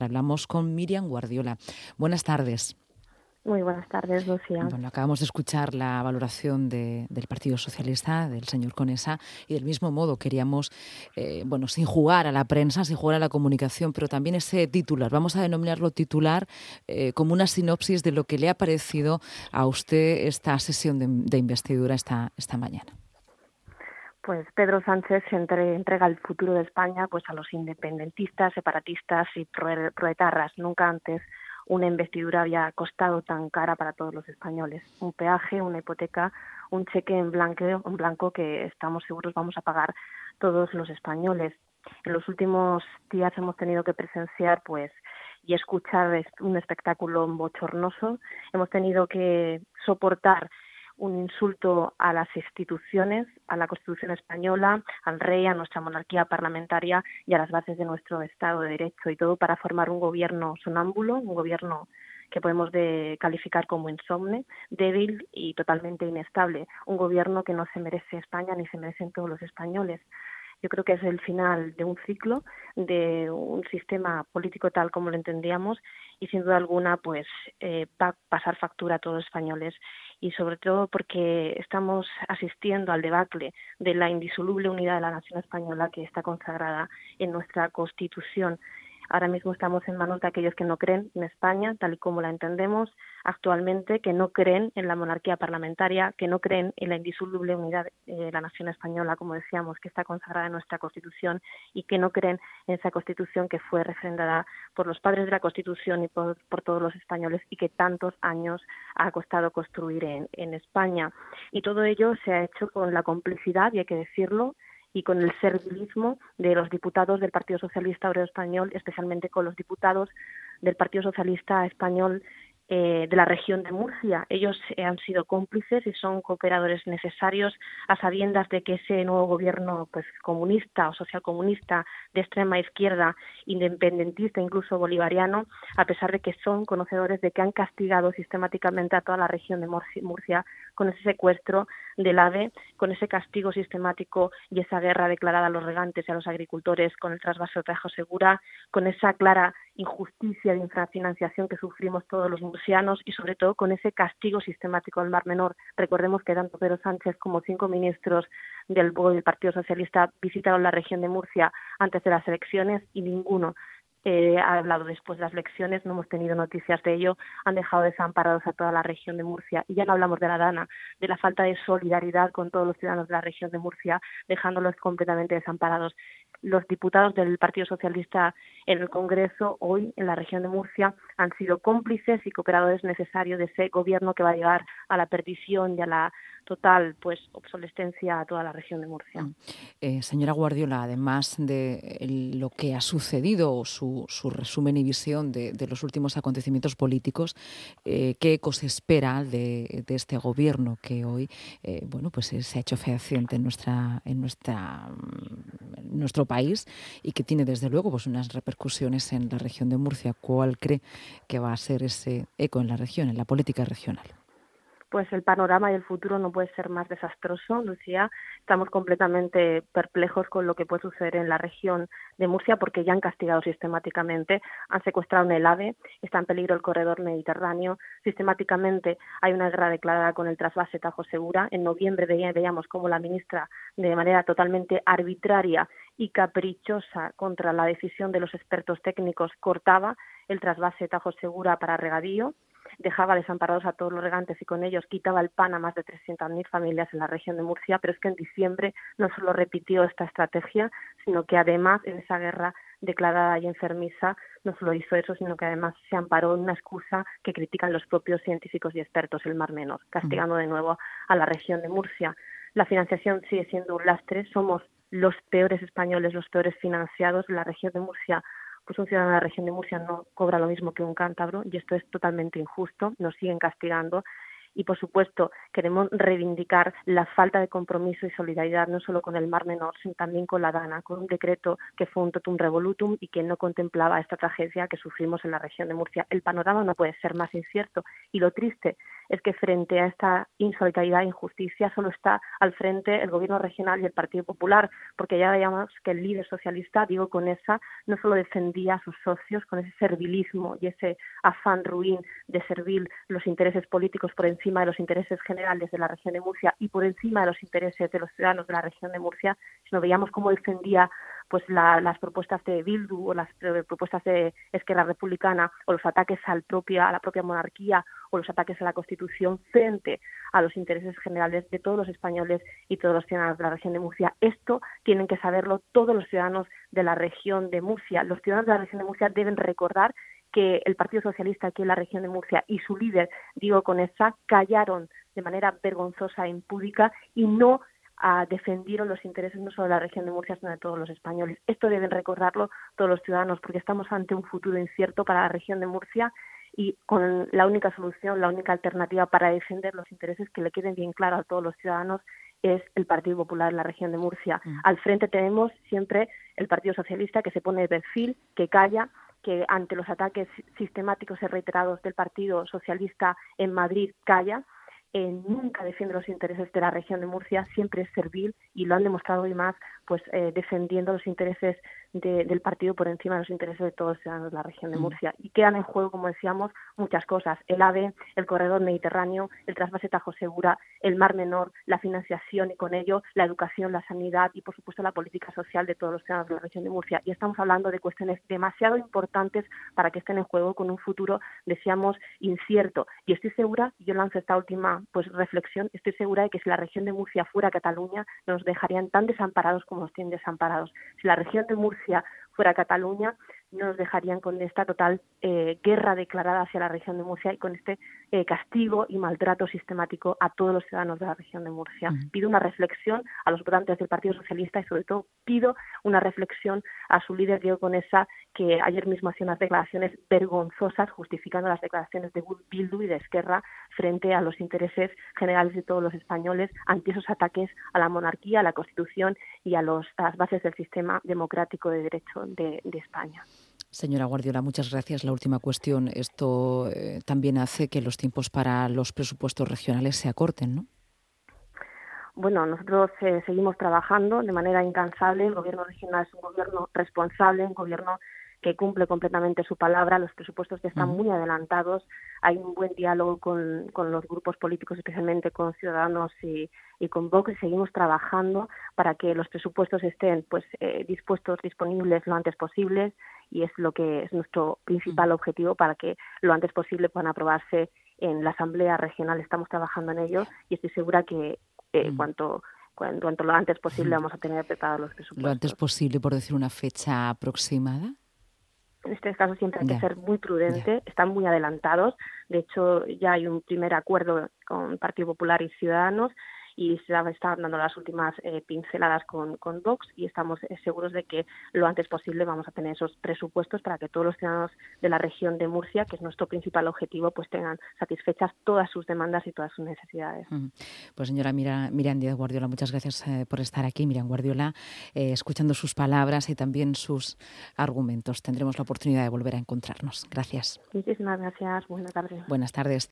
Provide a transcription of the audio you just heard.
Hablamos con Míriam Guardiola. Buenas tardes. Muy buenas tardes, Lucía. Bueno, acabamos de escuchar la valoración del Partido Socialista, del señor Conesa, y del mismo modo queríamos, sin jugar a la prensa, sin jugar a la comunicación, pero también ese titular, vamos a denominarlo titular, como una sinopsis de lo que le ha parecido a usted esta sesión de investidura esta mañana. Pues Pedro Sánchez entrega el futuro de España pues a los independentistas, separatistas y proetarras. Nunca antes una investidura había costado tan cara para todos los españoles. Un peaje, una hipoteca, un cheque en blanco que estamos seguros vamos a pagar todos los españoles. En los últimos días hemos tenido que presenciar y escuchar un espectáculo bochornoso. Hemos tenido que soportar un insulto a las instituciones, a la Constitución española, al rey, a nuestra monarquía parlamentaria y a las bases de nuestro Estado de Derecho, y todo para formar un gobierno sonámbulo, un gobierno que podemos calificar como insomne, débil y totalmente inestable, un gobierno que no se merece España ni se merecen todos los españoles. Yo creo que es el final de un ciclo, de un sistema político tal como lo entendíamos, y sin duda alguna va a pasar factura a todos los españoles, y sobre todo porque estamos asistiendo al debacle de la indisoluble unidad de la nación española que está consagrada en nuestra Constitución. Ahora mismo estamos en manos de aquellos que no creen en España, tal y como la entendemos actualmente, que no creen en la monarquía parlamentaria, que no creen en la indisoluble unidad de la nación española, como decíamos, que está consagrada en nuestra Constitución, y que no creen en esa Constitución que fue refrendada por los padres de la Constitución y por todos los españoles, y que tantos años ha costado construir en España. Y todo ello se ha hecho con la complicidad, y hay que decirlo, y con el servilismo de los diputados del Partido Socialista Obrero Español, especialmente con los diputados del Partido Socialista Español de la región de Murcia. Ellos han sido cómplices y son cooperadores necesarios, a sabiendas de que ese nuevo gobierno comunista o socialcomunista de extrema izquierda, independentista, incluso bolivariano, a pesar de que son conocedores de que han castigado sistemáticamente a toda la región de Murcia con ese secuestro del AVE, con ese castigo sistemático y esa guerra declarada a los regantes y a los agricultores con el trasvase de Tajo Segura, con esa clara injusticia de infrafinanciación que sufrimos todos los murcianos, y sobre todo con ese castigo sistemático al Mar Menor. Recordemos que tanto Pedro Sánchez como 5 ministros del Partido Socialista visitaron la región de Murcia antes de las elecciones, y ninguno ha hablado después de las elecciones. No hemos tenido noticias de ello. Han dejado desamparados a toda la región de Murcia, y ya no hablamos de la Dana, de la falta de solidaridad con todos los ciudadanos de la región de Murcia, dejándolos completamente desamparados. Los diputados del Partido Socialista en el Congreso hoy en la región de Murcia han sido cómplices y cooperadores necesarios de ese gobierno que va a llevar a la perdición y a la total obsolescencia a toda la región de Murcia. Señora Guardiola, además de lo que ha sucedido, o su resumen y visión de los últimos acontecimientos políticos, ¿qué eco se espera de este gobierno que hoy se ha hecho fehaciente en nuestro país, y que tiene desde luego unas repercusiones en la región de Murcia? ¿Cuál cree que va a ser ese eco en la región, en la política regional? Pues el panorama y el futuro no puede ser más desastroso, Lucía. Estamos completamente perplejos con lo que puede suceder en la región de Murcia, porque ya han castigado sistemáticamente, han secuestrado un AVE, está en peligro el corredor mediterráneo, sistemáticamente hay una guerra declarada con el trasvase Tajo Segura. En noviembre veíamos cómo la ministra, de manera totalmente arbitraria y caprichosa contra la decisión de los expertos técnicos, cortaba el trasvase Tajo Segura para regadío, dejaba desamparados a todos los regantes y con ellos quitaba el pan a más de 300.000 familias en la región de Murcia. Pero es que en diciembre no solo repitió esta estrategia, sino que además en esa guerra declarada y enfermiza no solo hizo eso, sino que además se amparó en una excusa que critican los propios científicos y expertos, el Mar Menor, castigando de nuevo a la región de Murcia. La financiación sigue siendo un lastre, somos los peores españoles, los peores financiados. En la región de Murcia, un ciudadano de la región de Murcia no cobra lo mismo que un cántabro, y esto es totalmente injusto. Nos siguen castigando, Y, por supuesto, queremos reivindicar la falta de compromiso y solidaridad no solo con el Mar Menor, sino también con la Dana, con un decreto que fue un totum revolutum y que no contemplaba esta tragedia que sufrimos en la región de Murcia. El panorama no puede ser más incierto, y lo triste es que frente a esta insolidaridad e injusticia solo está al frente el Gobierno regional y el Partido Popular, porque ya veíamos que el líder socialista, Diego Conesa, no solo defendía a sus socios con ese servilismo y ese afán ruin de servir los intereses políticos por encima de los intereses generales de la región de Murcia y por encima de los intereses de los ciudadanos de la región de Murcia, sino veíamos cómo defendía pues las propuestas de Bildu o las propuestas de Esquerra Republicana o los ataques a la propia monarquía o los ataques a la Constitución frente a los intereses generales de todos los españoles y todos los ciudadanos de la región de Murcia. Esto tienen que saberlo todos los ciudadanos de la región de Murcia. Los ciudadanos de la región de Murcia deben recordar que el Partido Socialista aquí en la región de Murcia y su líder, Diego Conesa, callaron de manera vergonzosa e impúdica y no defendieron los intereses no solo de la región de Murcia, sino de todos los españoles. Esto deben recordarlo todos los ciudadanos, porque estamos ante un futuro incierto para la región de Murcia y con la única solución, la única alternativa para defender los intereses que le queden bien claro a todos los ciudadanos es el Partido Popular en la región de Murcia. Al frente tenemos siempre el Partido Socialista, que se pone de perfil, que calla, que ante los ataques sistemáticos y reiterados del Partido Socialista en Madrid calla. Nunca defiende los intereses de la región de Murcia, siempre es servil y lo han demostrado hoy más, pues defendiendo los intereses del partido por encima de los intereses de todos los ciudadanos de la región de Murcia. Y quedan en juego, como decíamos, muchas cosas: el AVE, el corredor mediterráneo, el trasvase Tajo Segura, el Mar Menor, la financiación y con ello la educación, la sanidad y, por supuesto, la política social de todos los ciudadanos de la región de Murcia. Y estamos hablando de cuestiones demasiado importantes para que estén en juego con un futuro, decíamos, incierto. Y estoy segura, yo lanzo esta última reflexión, estoy segura de que si la región de Murcia fuera Cataluña, nos dejarían tan desamparados como nos tienen desamparados. Si la región de Murcia fuera Cataluña, no nos dejarían con esta total guerra declarada hacia la región de Murcia y con este castigo y maltrato sistemático a todos los ciudadanos de la región de Murcia. Pido una reflexión a los votantes del Partido Socialista y, sobre todo, pido una reflexión a su líder, Diego Conesa, que ayer mismo hacía unas declaraciones vergonzosas justificando las declaraciones de Bildu y de Esquerra frente a los intereses generales de todos los españoles ante esos ataques a la monarquía, a la Constitución y a las bases del sistema democrático de derecho de España. Señora Guardiola, muchas gracias. La última cuestión. Esto también hace que los tiempos para los presupuestos regionales se acorten, ¿no? Bueno, nosotros seguimos trabajando de manera incansable. El Gobierno regional es un gobierno responsable, un gobierno que cumple completamente su palabra. Los presupuestos ya están muy adelantados. Hay un buen diálogo con los grupos políticos, especialmente con Ciudadanos y con Vox, y seguimos trabajando para que los presupuestos estén disponibles lo antes posible, y es lo que es nuestro principal objetivo, para que lo antes posible puedan aprobarse en la Asamblea Regional. Estamos trabajando en ello y estoy segura que cuanto lo antes posible vamos a tener preparados los presupuestos. Lo antes posible, por decir una fecha aproximada. En este caso siempre hay que ser muy prudente, están muy adelantados. De hecho, ya hay un primer acuerdo con Partido Popular y Ciudadanos y se están dando las últimas pinceladas con Vox, y estamos seguros de que lo antes posible vamos a tener esos presupuestos para que todos los ciudadanos de la región de Murcia, que es nuestro principal objetivo, pues tengan satisfechas todas sus demandas y todas sus necesidades. Pues señora Miriam Díaz Guardiola, muchas gracias por estar aquí. Miriam Guardiola, escuchando sus palabras y también sus argumentos. Tendremos la oportunidad de volver a encontrarnos. Gracias. Muchísimas gracias. Buenas tardes. Buenas tardes.